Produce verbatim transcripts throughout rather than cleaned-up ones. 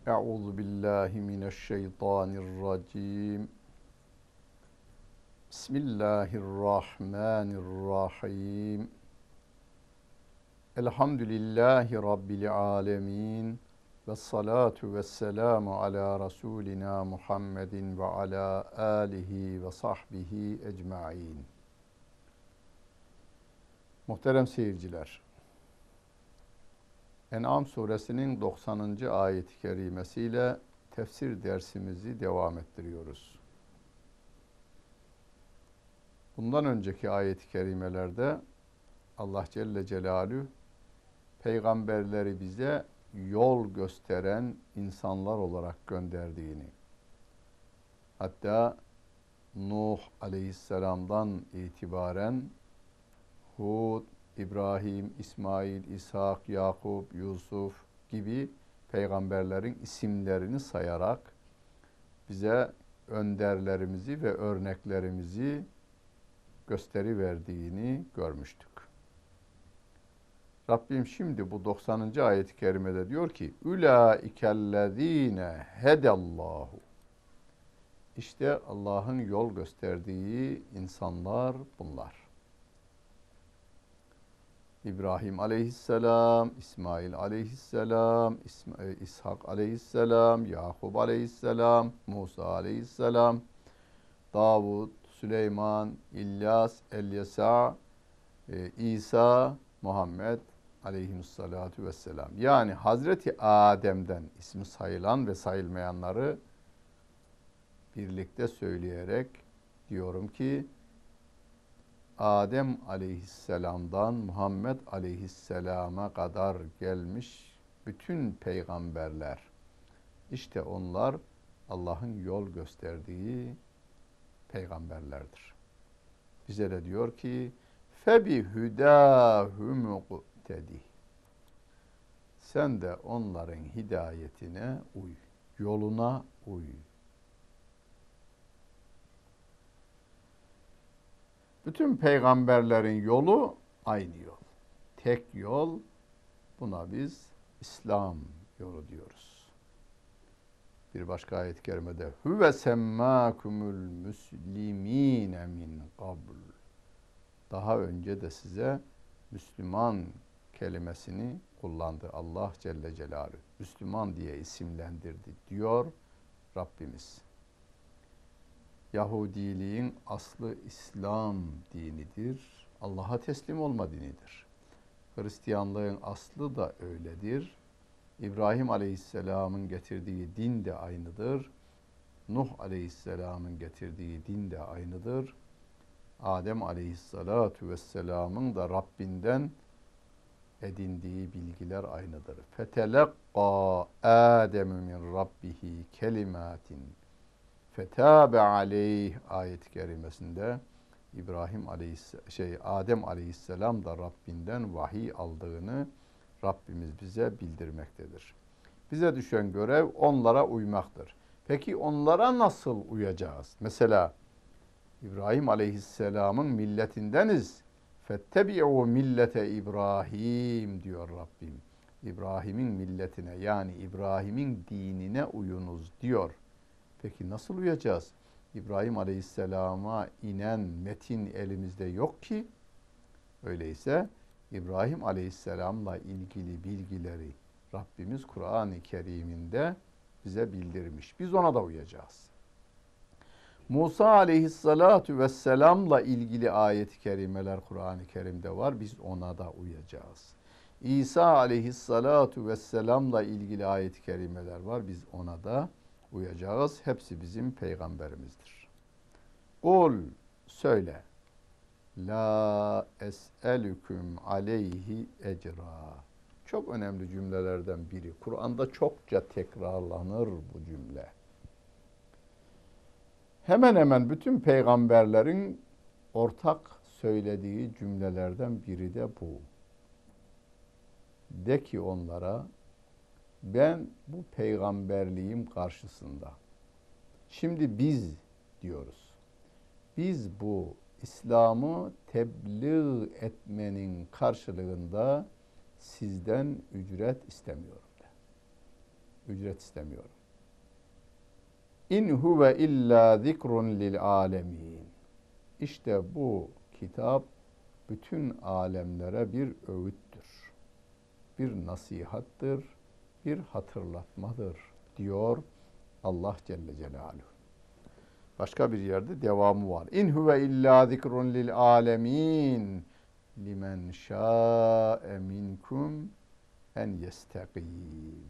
Euzu billahi mineşşeytanirracim. Bismillahirrahmanirrahim. Elhamdülillahi Rabbil alemin. Ve salatu ve selamu ala Resulina Muhammedin ve ala alihi ve sahbihi ecmain. Muhterem seyirciler, En'am suresinin doksanıncı ayet-i kerimesiyle tefsir dersimizi devam ettiriyoruz. Bundan önceki ayet-i kerimelerde Allah Celle Celaluhu peygamberleri bize yol gösteren insanlar olarak gönderdiğini, hatta Nuh Aleyhisselam'dan itibaren Hud, İbrahim, İsmail, İshak, Yakup, Yusuf gibi peygamberlerin isimlerini sayarak bize önderlerimizi ve örneklerimizi gösteriverdiğini görmüştük. Rabbim şimdi bu doksanıncı ayet-i kerimede diyor ki Ulaikellezine hedallahu. İşte Allah'ın yol gösterdiği insanlar bunlar. İbrahim aleyhisselam, İsmail aleyhisselam, İshak aleyhisselam, Yakup aleyhisselam, Musa aleyhisselam, Davud, Süleyman, İlyas, Elyesa, İsa, Muhammed aleyhissalatu vesselam. Yani Hazreti Adem'den ismi sayılan ve sayılmayanları birlikte söyleyerek diyorum ki Adem aleyhisselamdan Muhammed aleyhisselama kadar gelmiş bütün peygamberler, işte onlar Allah'ın yol gösterdiği peygamberlerdir. Bize de diyor ki فَبِهُدَاهُ مُقْتَدِهِ. Sen de onların hidayetine uy, yoluna uy. Bütün peygamberlerin yolu aynı yol. Tek yol. Buna biz İslam yolu diyoruz. Bir başka ayet-i kerimede huve semmâkumul müslimîne min qabl. Daha önce de size Müslüman kelimesini kullandı Allah Celle Celaluhu. Müslüman diye isimlendirdi diyor Rabbimiz. Yahudiliğin aslı İslam dinidir. Allah'a teslim olma dinidir. Hristiyanlığın aslı da öyledir. İbrahim Aleyhisselam'ın getirdiği din de aynıdır. Nuh Aleyhisselam'ın getirdiği din de aynıdır. Adem Aleyhisselatu Vesselam'ın da Rabbinden edindiği bilgiler aynıdır. Fetelekka Adem min Rabbihi kelimatin fetabe aleyh ayet-i kerimesinde İbrahim Aleyhisselam, şey Adem Aleyhisselam da Rabbinden vahiy aldığını Rabbimiz bize bildirmektedir. Bize düşen görev onlara uymaktır. Peki onlara nasıl uyacağız? Mesela İbrahim Aleyhisselam'ın milletindeniz. Fettebi'u millete İbrahim diyor Rabbim. İbrahim'in milletine yani İbrahim'in dinine uyunuz diyor. Peki nasıl uyacağız? İbrahim Aleyhisselam'a inen metin elimizde yok ki. Öyleyse İbrahim Aleyhisselam'la ilgili bilgileri Rabbimiz Kur'an-ı Kerim'inde bize bildirmiş. Biz ona da uyacağız. Musa Aleyhisselatu Vesselam'la ilgili ayet-i kerimeler Kur'an-ı Kerim'de var. Biz ona da uyacağız. İsa Aleyhisselatu Vesselam'la ilgili ayet-i kerimeler var. Biz ona da uyacağız. Hepsi bizim peygamberimizdir. Kul söyle. La es'elüküm aleyhi ecra. Çok önemli cümlelerden biri. Kur'an'da çokça tekrarlanır bu cümle. Hemen hemen bütün peygamberlerin ortak söylediği cümlelerden biri de bu. De ki onlara, ben bu peygamberliğim karşısında. Şimdi biz diyoruz. Biz bu İslam'ı tebliğ etmenin karşılığında sizden ücret istemiyorum de. Ücret istemiyorum. İn huve illa zikrun lil alemin. İşte bu kitap bütün alemlere bir öğüttür. Bir nasihattır, bir hatırlatmadır diyor Allah Celle Celaluhu. Başka bir yerde devamı var. İn huve illa zikrun lil alemin limen şa'e minkum en yesteqim.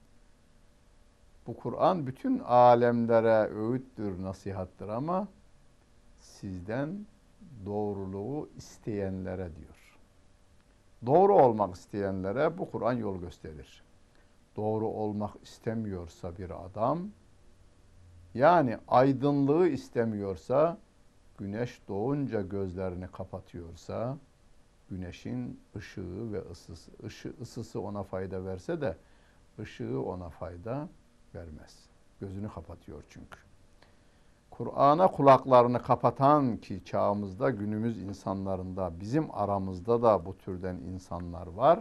Bu Kur'an bütün alemlere öğüttür, nasihattır ama sizden doğruluğu isteyenlere diyor. Doğru olmak isteyenlere bu Kur'an yol gösterir. Doğru olmak istemiyorsa bir adam, yani aydınlığı istemiyorsa, güneş doğunca gözlerini kapatıyorsa, güneşin ışığı ve ısısı, ışı, ısısı ona fayda verse de ışığı ona fayda vermez. Gözünü kapatıyor çünkü. Kur'an'a kulaklarını kapatan, ki çağımızda, günümüz insanlarında, bizim aramızda da bu türden insanlar var.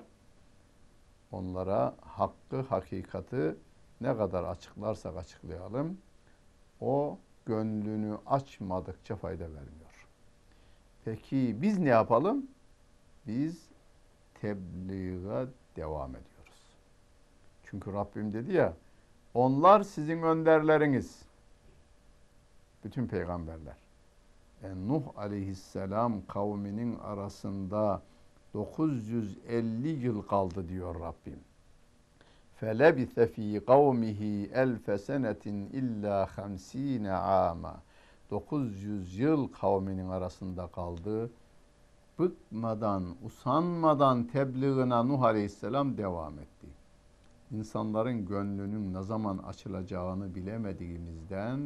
Onlara hakkı, hakikati ne kadar açıklarsak açıklayalım, o gönlünü açmadıkça fayda vermiyor. Peki biz ne yapalım? Biz tebliğe devam ediyoruz. Çünkü Rabbim dedi ya, onlar sizin önderleriniz. Bütün peygamberler. Yani Nuh aleyhisselam kavminin arasında dokuz yüz elli yıl kaldı diyor Rabbim. فَلَبِثَ ف۪ي قَوْمِهِ اَلْفَ سَنَةٍ اِلَّا خَمْس۪ينَ عَامًا. dokuz yüz yıl kavminin arasında kaldı. Bıkmadan, usanmadan tebliğine Nuh aleyhisselam devam etti. İnsanların gönlünün ne zaman açılacağını bilemediğimizden,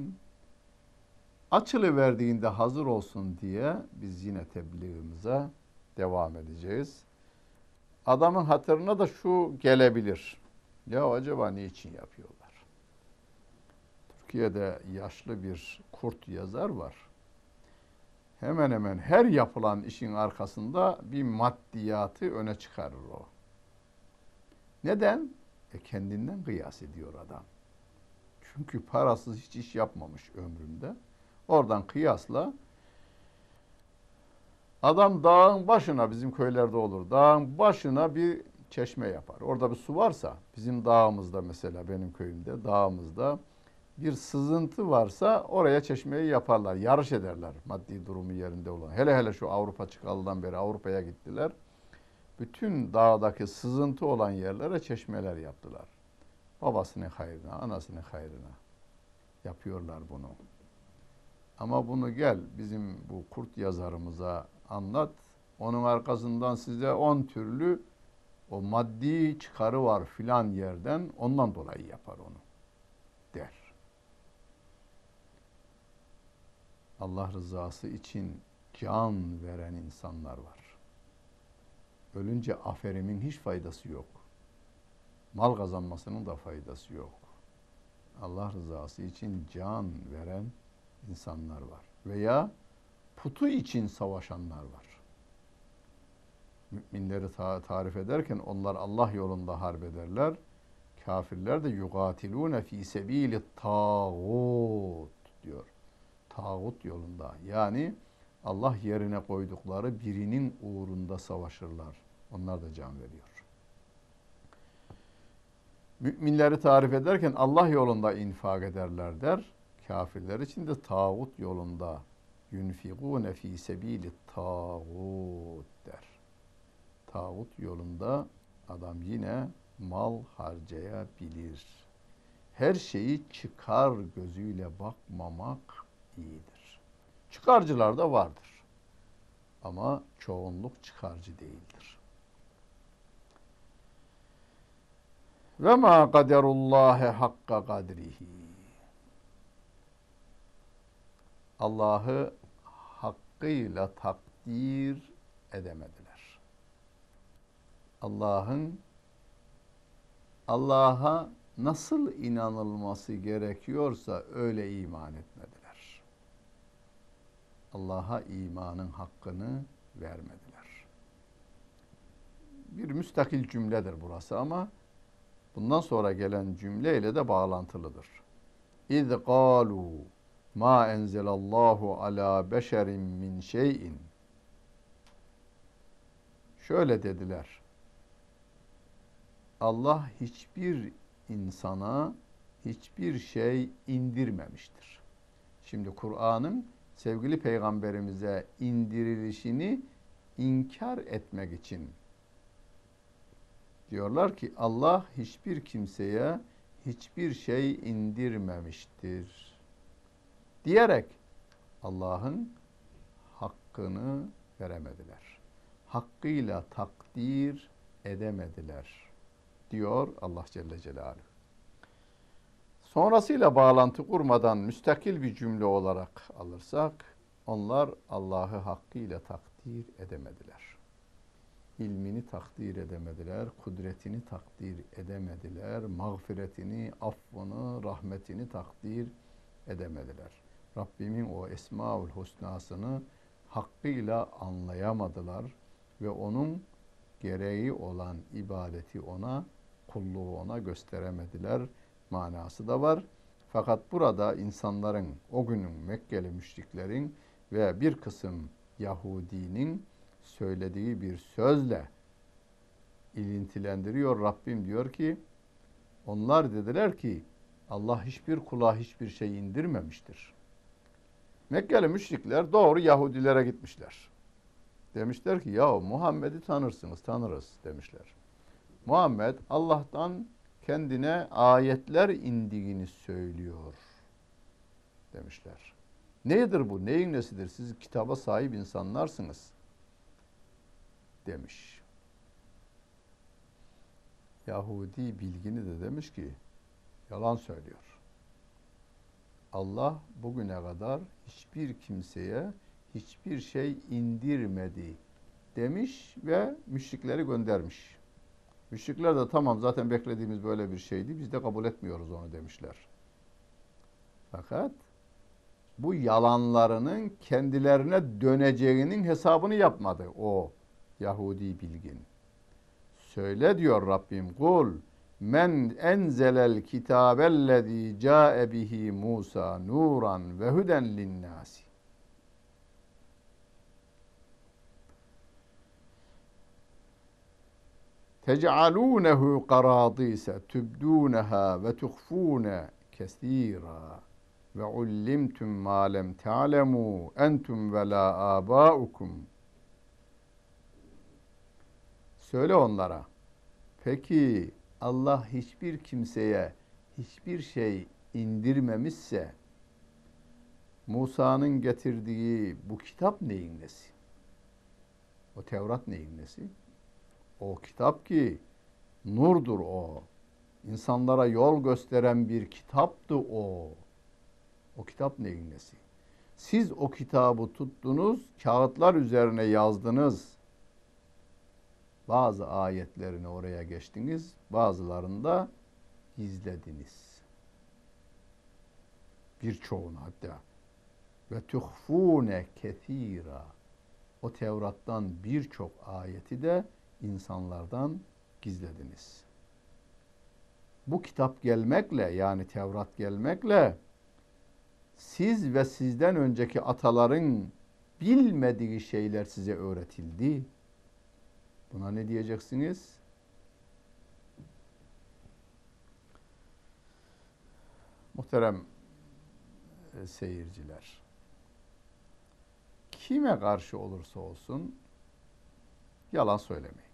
açılıverdiğinde hazır olsun diye biz yine tebliğimize devam edeceğiz. Adamın hatırına da şu gelebilir. Ya acaba ne için yapıyorlar? Türkiye'de yaşlı bir kurt yazar var. Hemen hemen her yapılan işin arkasında bir maddiyatı öne çıkarır o. Neden? E kendinden kıyas ediyor adam. Çünkü parasız hiç iş yapmamış ömründe. Oradan kıyasla adam dağın başına, bizim köylerde olur, dağın başına bir çeşme yapar. Orada bir su varsa, bizim dağımızda mesela, benim köyümde, dağımızda bir sızıntı varsa oraya çeşmeyi yaparlar, yarış ederler maddi durumu yerinde olan. Hele hele şu Avrupa çıkalıdan beri Avrupa'ya gittiler. Bütün dağdaki sızıntı olan yerlere çeşmeler yaptılar. Babasının hayrına, anasının hayrına yapıyorlar bunu. Ama bunu gel bizim bu kurt yazarımıza anlat. Onun arkasından size on türlü o maddi çıkarı var filan yerden, ondan dolayı yapar onu der. Allah rızası için can veren insanlar var. Ölünce aferimin hiç faydası yok. Mal kazanmasının da faydası yok. Allah rızası için can veren insanlar var. Veya putu için savaşanlar var. Müminleri ta- tarif ederken onlar Allah yolunda harp ederler. Kafirler de yugatilune fi sebilit tağut diyor. Tağut yolunda. Yani Allah yerine koydukları birinin uğrunda savaşırlar. Onlar da can veriyor. Müminleri tarif ederken Allah yolunda infak ederler der. Kafirler için de tağut yolunda yunfikune fi sebilit tağut der. Tağut yolunda adam yine mal harcayabilir. Her şeyi çıkar gözüyle bakmamak iyidir. Çıkarcılar da vardır. Ama çoğunluk çıkarcı değildir. Ve ma kaderullahi hakka kadrihi. Allah'ı hakkıyla takdir edemediler. Allah'ın Allah'a nasıl inanılması gerekiyorsa öyle iman etmediler. Allah'a imanın hakkını vermediler. Bir müstakil cümledir burası ama bundan sonra gelen cümleyle de bağlantılıdır. İz قَالُوا مَا اَنْزَلَ اللّٰهُ عَلَى بَشَرٍ مِّنْ شَيْءٍ. Şöyle dediler. Allah hiçbir insana hiçbir şey indirmemiştir. Şimdi Kur'an'ın sevgili peygamberimize indirilişini inkar etmek için diyorlar ki Allah hiçbir kimseye hiçbir şey indirmemiştir diyerek Allah'ın hakkını veremediler. Hakkıyla takdir edemediler diyor Allah Celle Celaluhu. Sonrasıyla bağlantı kurmadan müstakil bir cümle olarak alırsak, onlar Allah'ı hakkıyla takdir edemediler. İlmini takdir edemediler, kudretini takdir edemediler, mağfiretini, affını, rahmetini takdir edemediler. Rabbimin o Esmaül Husnasını hakkıyla anlayamadılar ve onun gereği olan ibadeti ona, kulluğu ona gösteremediler manası da var. Fakat burada insanların, o günün Mekkeli müşriklerin ve bir kısım Yahudinin söylediği bir sözle ilintilendiriyor. Rabbim diyor ki, onlar dediler ki Allah hiçbir kula hiçbir şey indirmemiştir. Mekkeli müşrikler doğru Yahudilere gitmişler. Demişler ki ya Muhammed'i tanırsınız, tanırız demişler. Muhammed Allah'tan kendine ayetler indiğini söylüyor demişler. Nedir bu? Neyin nesidir? Siz kitaba sahip insanlarsınız demiş. Yahudi bilgini de demiş ki yalan söylüyor. Allah bugüne kadar hiçbir kimseye hiçbir şey indirmedi demiş ve müşrikleri göndermiş. Müşrikler de tamam zaten beklediğimiz böyle bir şeydi. Biz de kabul etmiyoruz onu demişler. Fakat bu yalanlarının kendilerine döneceğinin hesabını yapmadı o Yahudi bilgin. Söyle diyor Rabbim, kul men enzelel kitabellezî câe bihi Musa nuran ve huden linnâsi. Tec'alûnehu qarâdîse tübdûneha ve tuhfûne kesîrâ ve ullimtum mâ lem te'alemû entum ve lâ âbâukum. Söyle onlara, peki Allah hiçbir kimseye hiçbir şey indirmemişse Musa'nın getirdiği bu kitap neyin nesi? O Tevrat neyin nesi? O kitap ki nurdur o. İnsanlara yol gösteren bir kitaptı o. O kitap neyin nesi? Siz o kitabı tuttunuz, kağıtlar üzerine yazdınız. Bazı ayetlerini oraya geçtiniz, bazılarını da gizlediniz. Birçoğunu hatta. Ve tuhfûne kethîrâ. O Tevrat'tan birçok ayeti de insanlardan gizlediniz. Bu kitap gelmekle, yani Tevrat gelmekle siz ve sizden önceki ataların bilmediği şeyler size öğretildi. Buna ne diyeceksiniz? Muhterem seyirciler, kime karşı olursa olsun yalan söylemeyin.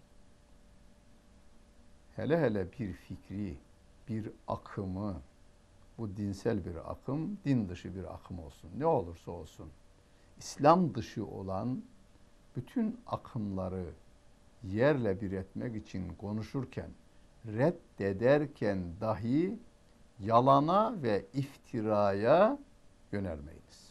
Hele hele bir fikri, bir akımı, bu dinsel bir akım, din dışı bir akım olsun, ne olursa olsun, İslam dışı olan bütün akımları yerle bir etmek için konuşurken, reddederken dahi yalana ve iftiraya yönelmeyiniz.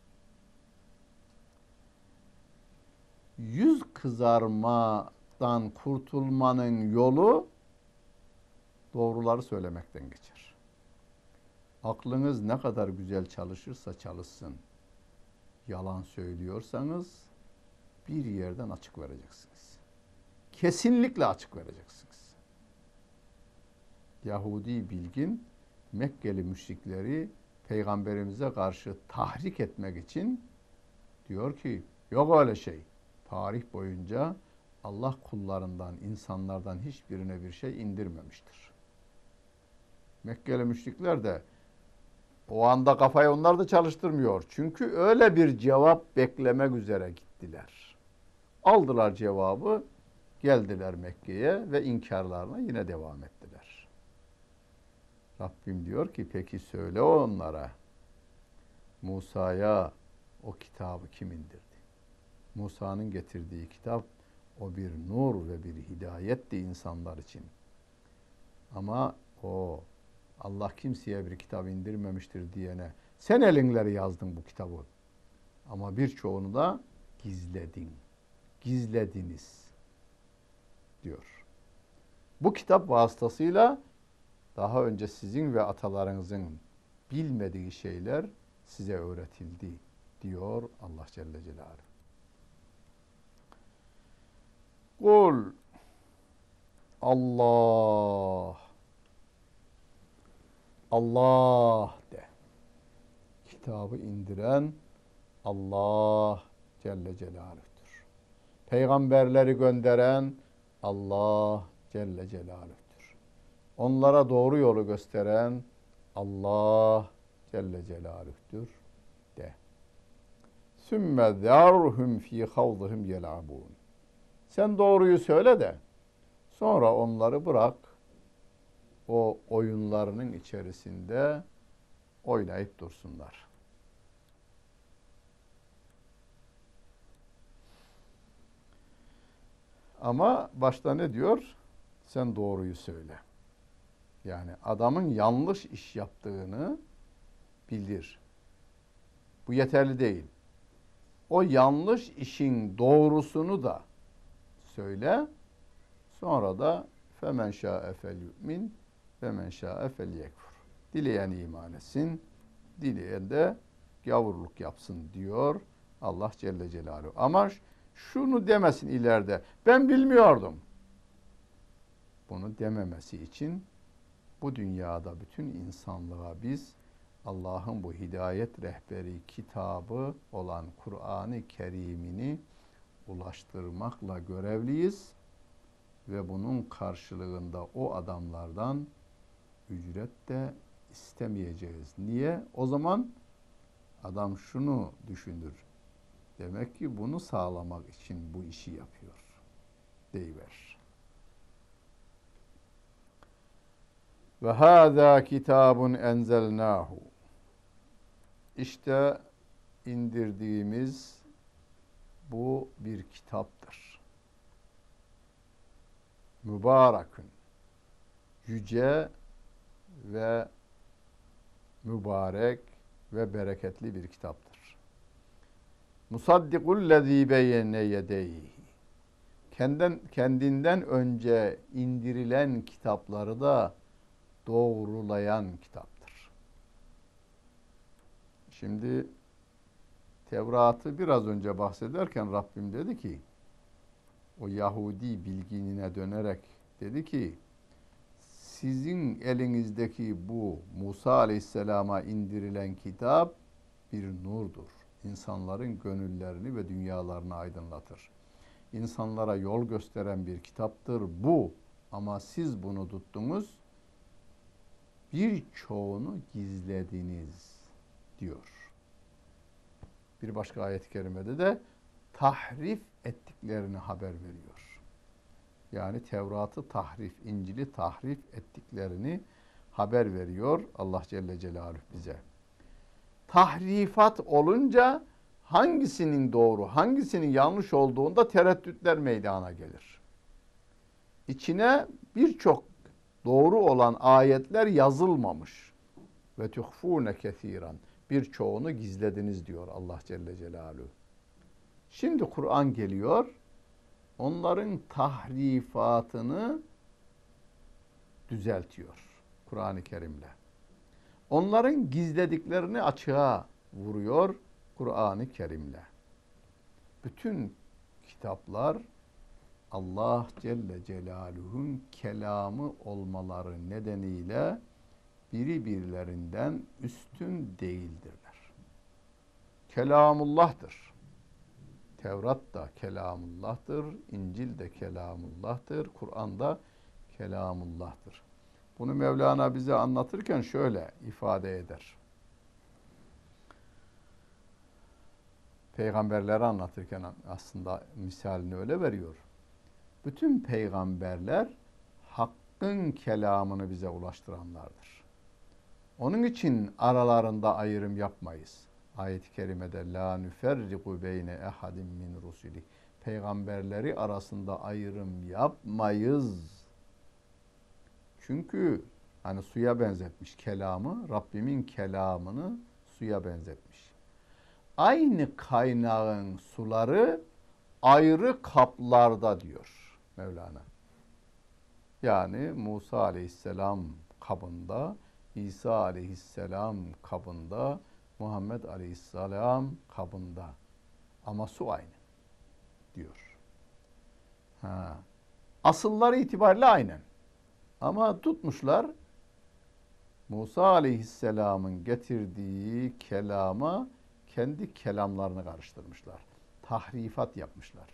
Yüz kızarmadan kurtulmanın yolu doğruları söylemekten geçer. Aklınız ne kadar güzel çalışırsa çalışsın, yalan söylüyorsanız bir yerden açık vereceksiniz. Kesinlikle açık vereceksiniz. Yahudi bilgin Mekkeli müşrikleri Peygamberimize karşı tahrik etmek için diyor ki yok öyle şey. Tarih boyunca Allah kullarından, insanlardan hiçbirine bir şey indirmemiştir. Mekkeli müşrikler de o anda kafayı onlar da çalıştırmıyor. Çünkü öyle bir cevap beklemek üzere gittiler. Aldılar cevabı, geldiler Mekke'ye ve inkarlarına yine devam ettiler. Rabbim diyor ki peki söyle onlara, Musa'ya o kitabı kim indirdi? Musa'nın getirdiği kitap o bir nur ve bir hidayetti insanlar için. Ama o Allah kimseye bir kitap indirmemiştir diyene sen elinleri yazdın bu kitabı. Ama birçoğunu da gizledin. Gizlediniz diyor. Bu kitap vasıtasıyla daha önce sizin ve atalarınızın bilmediği şeyler size öğretildi diyor Allah Celle Celaluhu. Kul Allah Allah de. Kitabı indiren Allah Celle Celaluhu'dur. Peygamberleri gönderen Allah Celle Celaluhu'dur. Onlara doğru yolu gösteren Allah Celle Celaluhu'dur de. Sümme zârhum fî havzihim yel'abûn. Sen doğruyu söyle de sonra onları bırak o oyunlarının içerisinde oynayıp dursunlar. Ama başta ne diyor? Sen doğruyu söyle. Yani adamın yanlış iş yaptığını bildir. Bu yeterli değil. O yanlış işin doğrusunu da söyle. Sonra da femen şa'e fel yu'min femen şa'e fel yekfur. Dileyen iman etsin, dileyen de gavurluk yapsın diyor Allah Celle Celaluhu. Ama şunu demesin ileride, ben bilmiyordum. Bunu dememesi için bu dünyada bütün insanlığa biz Allah'ın bu hidayet rehberi kitabı olan Kur'an-ı Kerim'ini ulaştırmakla görevliyiz ve bunun karşılığında o adamlardan ücret de istemeyeceğiz. Niye? O zaman adam şunu düşünür. Demek ki bunu sağlamak için bu işi yapıyor deyiver. Ve hâzâ kitâbun enzelnâhu. İşte indirdiğimiz bu bir kitaptır. Mübarekün. Yüce ve mübarek ve bereketli bir kitaptır. Musaddikul lezî beyne yedeyhi. Kendinden, kendinden önce indirilen kitapları da doğrulayan kitaptır. Şimdi Tevrat'ı biraz önce bahsederken Rabbim dedi ki, o Yahudi bilginine dönerek dedi ki, sizin elinizdeki bu Musa Aleyhisselam'a indirilen kitap bir nurdur. İnsanların gönüllerini ve dünyalarını aydınlatır. İnsanlara yol gösteren bir kitaptır bu. Ama siz bunu tuttunuz, birçoğunu gizlediniz diyor. Bir başka ayet-i kerimede de tahrif ettiklerini haber veriyor. Yani Tevrat'ı tahrif, İncil'i tahrif ettiklerini haber veriyor Allah Celle Celaluhu bize. Tahrifat olunca hangisinin doğru, hangisinin yanlış olduğunda tereddütler meydana gelir. İçine birçok doğru olan ayetler yazılmamış. Ve tuhfûne kesiran. Birçoğunu gizlediniz diyor Allah Celle Celaluhu. Şimdi Kur'an geliyor. Onların tahrifatını düzeltiyor Kur'an-ı Kerim'le. Onların gizlediklerini açığa vuruyor Kur'an-ı Kerim'le. Bütün kitaplar Allah Celle Celaluhu'nun kelamı olmaları nedeniyle biri birilerinden üstün değildirler. Kelamullah'tır. Tevrat da kelamullah'tır, İncil de kelamullah'tır, Kur'an da kelamullah'tır. Bunu Mevlana bize anlatırken şöyle ifade eder. Peygamberleri anlatırken aslında misalini öyle veriyor. Bütün peygamberler Hakk'ın kelamını bize ulaştıranlardır. Onun için aralarında ayrım yapmayız. Ayet-i kerimede la nüferriku beyne ehadin min rusuli. Peygamberleri arasında ayrım yapmayız. Çünkü hani suya benzetmiş kelamı, Rabbimin kelamını suya benzetmiş. Aynı kaynağın suları ayrı kaplarda diyor Mevlana. Yani Musa aleyhisselam kabında, İsa aleyhisselam kabında, Muhammed aleyhisselam kabında. Ama su aynı diyor. Ha. Asılları itibariyle aynen. Ama tutmuşlar Musa aleyhisselamın getirdiği kelama kendi kelamlarını karıştırmışlar. Tahrifat yapmışlar.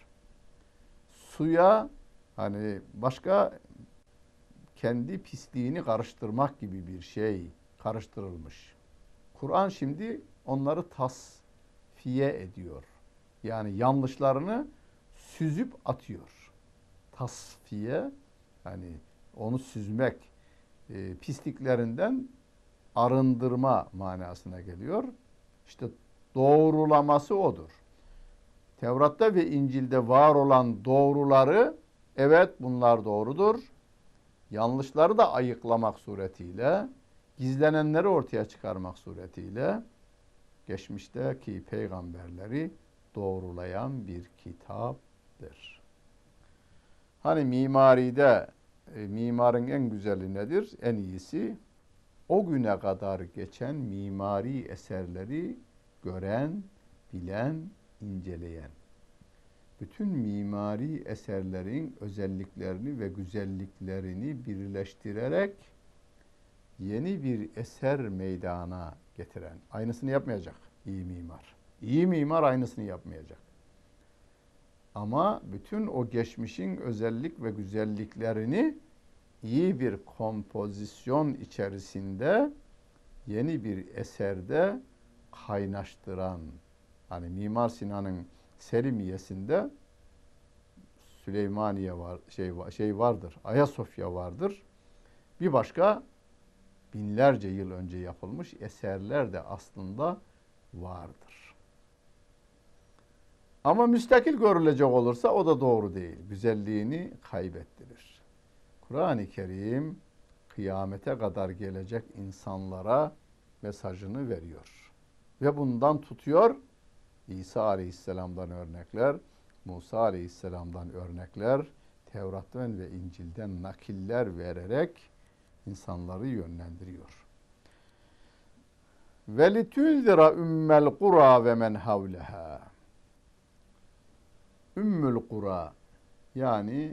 Suya hani başka kendi pisliğini karıştırmak gibi bir şey karıştırılmış. Kur'an şimdi onları tasfiye ediyor. Yani yanlışlarını süzüp atıyor. Tasfiye yani onu süzmek, e, pisliklerinden arındırma manasına geliyor. İşte doğrulaması odur. Tevrat'ta ve İncil'de var olan doğruları, evet bunlar doğrudur. Yanlışları da ayıklamak suretiyle, gizlenenleri ortaya çıkarmak suretiyle geçmişteki peygamberleri doğrulayan bir kitaptır. Hani mimaride e, mimarın en güzeli nedir? En iyisi o güne kadar geçen mimari eserleri gören, bilen, inceleyen. Bütün mimari eserlerin özelliklerini ve güzelliklerini birleştirerek yeni bir eser meydana getiren. Aynısını yapmayacak iyi mimar. İyi mimar aynısını yapmayacak. Ama bütün o geçmişin özellik ve güzelliklerini iyi bir kompozisyon içerisinde yeni bir eserde kaynaştıran, hani Mimar Sinan'ın Selimiye'sinde Süleymaniye var, şey şey vardır, Ayasofya vardır. Bir başka binlerce yıl önce yapılmış eserler de aslında vardır. Ama müstakil görülecek olursa o da doğru değil. Güzelliğini kaybettirir. Kur'an-ı Kerim kıyamete kadar gelecek insanlara mesajını veriyor. Ve bundan tutuyor. İsa Aleyhisselam'dan örnekler, Musa Aleyhisselam'dan örnekler, Tevrat'tan ve İncil'den nakiller vererek insanları yönlendiriyor. Ve litünzira ümmel kura ve men havleha. Ümmül kura yani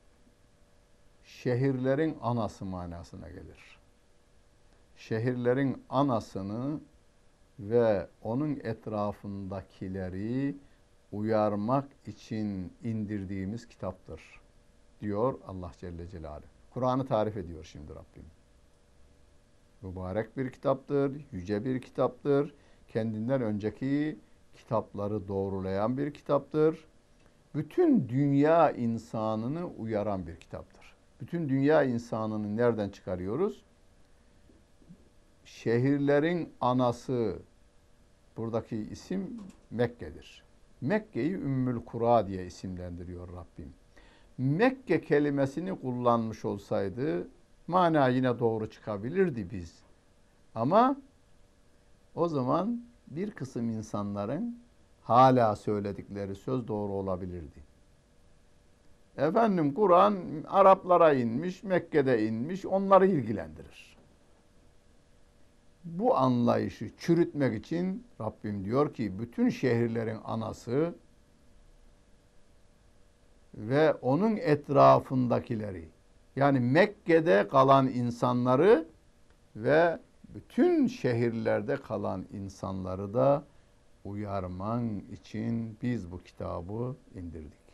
şehirlerin anası manasına gelir. Şehirlerin anasını ve onun etrafındakileri uyarmak için indirdiğimiz kitaptır diyor Allah Celle Celaluhu. Kur'an'ı tarif ediyor şimdi Rabbim. Mübarek bir kitaptır, yüce bir kitaptır. Kendinden önceki kitapları doğrulayan bir kitaptır. Bütün dünya insanını uyaran bir kitaptır. Bütün dünya insanını nereden çıkarıyoruz? Şehirlerin anası, buradaki isim Mekke'dir. Mekke'yi Ümmül Kura diye isimlendiriyor Rabbim. Mekke kelimesini kullanmış olsaydı mana yine doğru çıkabilirdi biz. Ama o zaman bir kısım insanların hala söyledikleri söz doğru olabilirdi. Efendim Kur'an Araplara inmiş, Mekke'de inmiş, onları ilgilendirir. Bu anlayışı çürütmek için Rabbim diyor ki bütün şehirlerin anası ve onun etrafındakileri, yani Mekke'de kalan insanları ve bütün şehirlerde kalan insanları da uyarman için biz bu kitabı indirdik.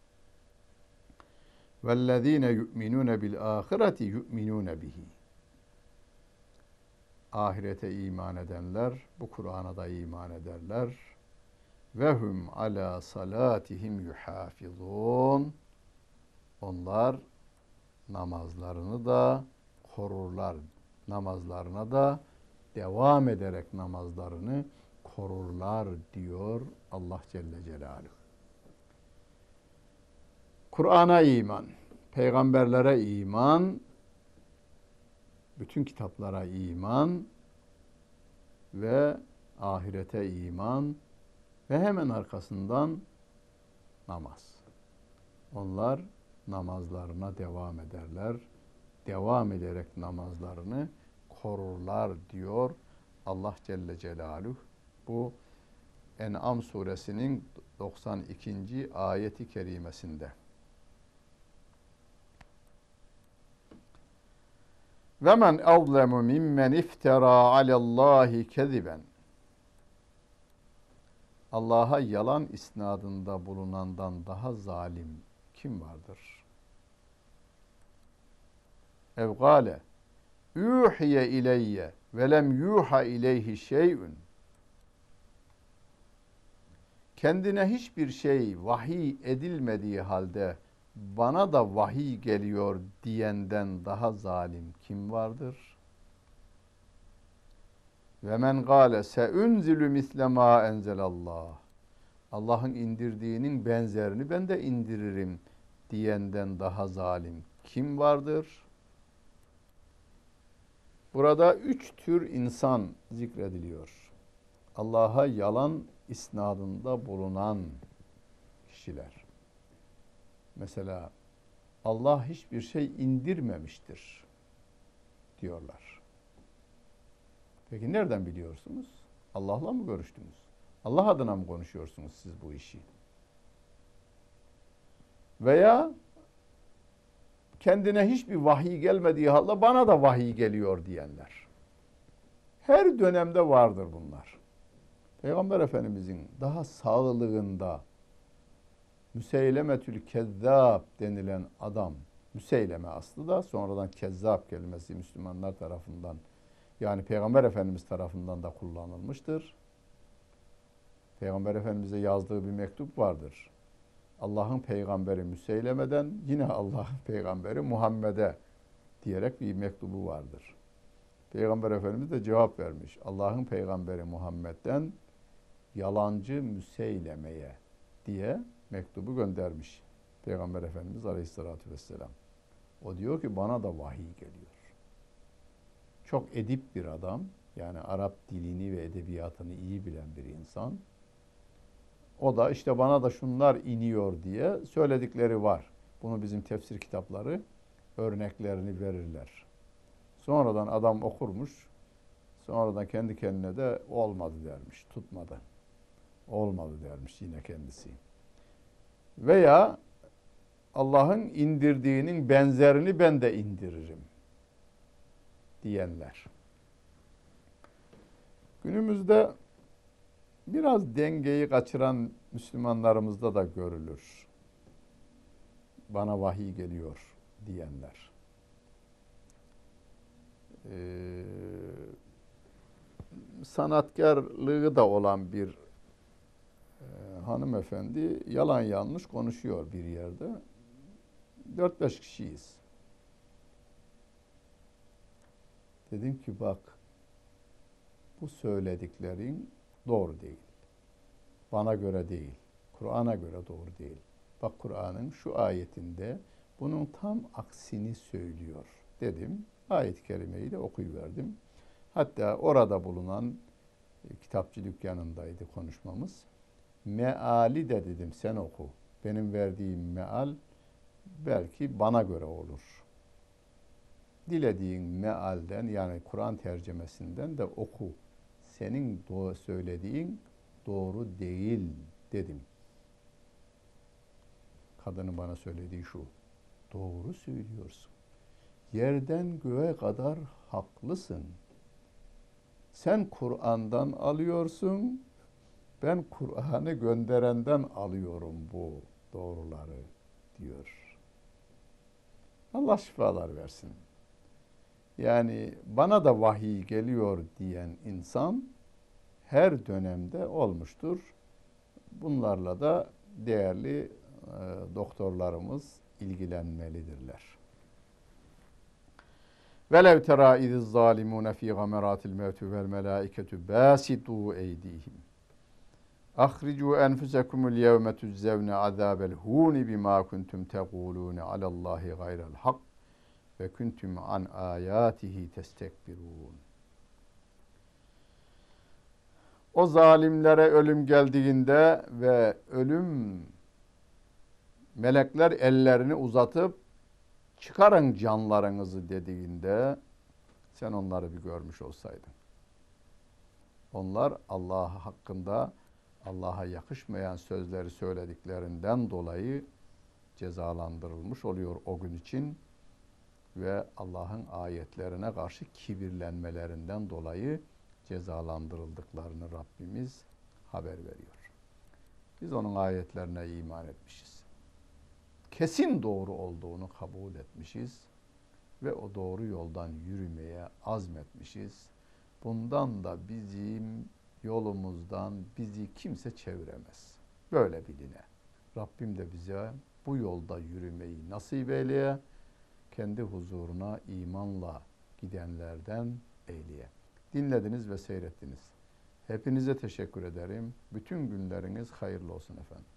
وَالَّذ۪ينَ يُؤْمِنُونَ بِالْآخِرَةِ يُؤْمِنُونَ بِهِ. Ahirete iman edenler bu Kur'an'a da iman ederler. Ve hum ala salatihim yuhafizun. Onlar namazlarını da korurlar. Namazlarına da devam ederek namazlarını korurlar diyor Allah Celle Celaluhu. Kur'an'a iman, peygamberlere iman, bütün kitaplara iman ve ahirete iman ve hemen arkasından namaz. Onlar namazlarına devam ederler. Devam ederek namazlarını korurlar diyor Allah Celle Celaluhu. Bu En'am suresinin doksan ikinci ayeti kerimesinde. Ve men azlemu mimmen iftara alallahi keziben. Allah'a yalan isnadında bulunandan daha zalim kim vardır? Ev gâle yuhiye ileyye ve lem yuha ileyhi şey'ün. Kendine hiçbir şey vahiy edilmediği halde bana da vahiy geliyor diyenden daha zalim kim vardır? Ve men gâle seunzilu misle ma enzelallah. Allah'ın indirdiğinin benzerini ben de indiririm diyenden daha zalim kim vardır? Burada üç tür insan zikrediliyor. Allah'a yalan isnadında bulunan kişiler. Mesela Allah hiçbir şey indirmemiştir diyorlar. Peki nereden biliyorsunuz? Allah'la mı görüştünüz? Allah adına mı konuşuyorsunuz siz bu işi? Veya kendine hiçbir vahiy gelmediği halde bana da vahiy geliyor diyenler. Her dönemde vardır bunlar. Peygamber Efendimizin daha sağlığında Müseylemetül Kezzab denilen adam, Müseyleme aslı da sonradan Kezzab kelimesi Müslümanlar tarafından, yani Peygamber Efendimiz tarafından da kullanılmıştır. Peygamber Efendimiz'e yazdığı bir mektup vardır. Allah'ın peygamberi Müseyleme'den yine Allah'ın peygamberi Muhammed'e diyerek bir mektubu vardır. Peygamber Efendimiz de cevap vermiş. Allah'ın peygamberi Muhammed'den yalancı Müseyleme'ye diye mektubu göndermiş Peygamber Efendimiz Aleyhisselatü Vesselam. O diyor ki bana da vahiy geliyor. Çok edip bir adam, yani Arap dilini ve edebiyatını iyi bilen bir insan. O da işte bana da şunlar iniyor diye söyledikleri var. Bunu bizim tefsir kitapları örneklerini verirler. Sonradan adam okurmuş, sonradan kendi kendine de olmadı dermiş, tutmadı. Olmadı dermiş yine kendisi. Veya Allah'ın indirdiğinin benzerini ben de indiririm diyenler. Günümüzde biraz dengeyi kaçıran Müslümanlarımızda da görülür. Bana vahiy geliyor diyenler. Ee, sanatkarlığı da olan bir e, hanımefendi yalan yanlış konuşuyor bir yerde. Dört beş kişiyiz. Dedim ki bak, bu söylediklerin doğru değil. Bana göre değil. Kur'an'a göre doğru değil. Bak, Kur'an'ın şu ayetinde bunun tam aksini söylüyor dedim. Ayet-i kerimeyi de okuyuverdim. Hatta orada bulunan e, kitapçı dükkanındaydı konuşmamız. Meali de dedim sen oku. Benim verdiğim meal belki bana göre olur. Dilediğin mealden, yani Kur'an tercemesinden de oku. Senin doğru söylediğin doğru değil dedim. kadının bana söylediği şu. Doğru söylüyorsun. Yerden göğe kadar haklısın. Sen Kur'an'dan alıyorsun. Ben Kur'an'ı gönderenden alıyorum bu doğruları diyor. Allah şifalar versin. Yani bana da vahiy geliyor diyen insan her dönemde olmuştur. Bunlarla da değerli e, doktorlarımız ilgilenmelidirler. Velev tera iziz zalimune fi gameratil mevtü vel melaiketu basitu eydihim. Ahricu enfusekumul yevme tuzzevne azabel huni bima kuntum tekulune alallahi gayrel hak ve kuntum an ayatihi testekbirun. O zalimlere ölüm geldiğinde ve ölüm melekler ellerini uzatıp çıkarın canlarınızı dediğinde sen onları bir görmüş olsaydın. Onlar Allah hakkında Allah'a yakışmayan sözleri söylediklerinden dolayı cezalandırılmış oluyor o gün için ve Allah'ın ayetlerine karşı kibirlenmelerinden dolayı cezalandırıldıklarını Rabbimiz haber veriyor. Biz onun ayetlerine iman etmişiz. Kesin doğru olduğunu kabul etmişiz ve o doğru yoldan yürümeye azmetmişiz. Bundan da bizim yolumuzdan bizi kimse çeviremez. Böyle biline. Rabbim de bize bu yolda yürümeyi nasip eyleye, kendi huzuruna imanla gidenlerden eyleye. Dinlediniz ve seyrettiniz. Hepinize teşekkür ederim. Bütün günleriniz hayırlı olsun efendim.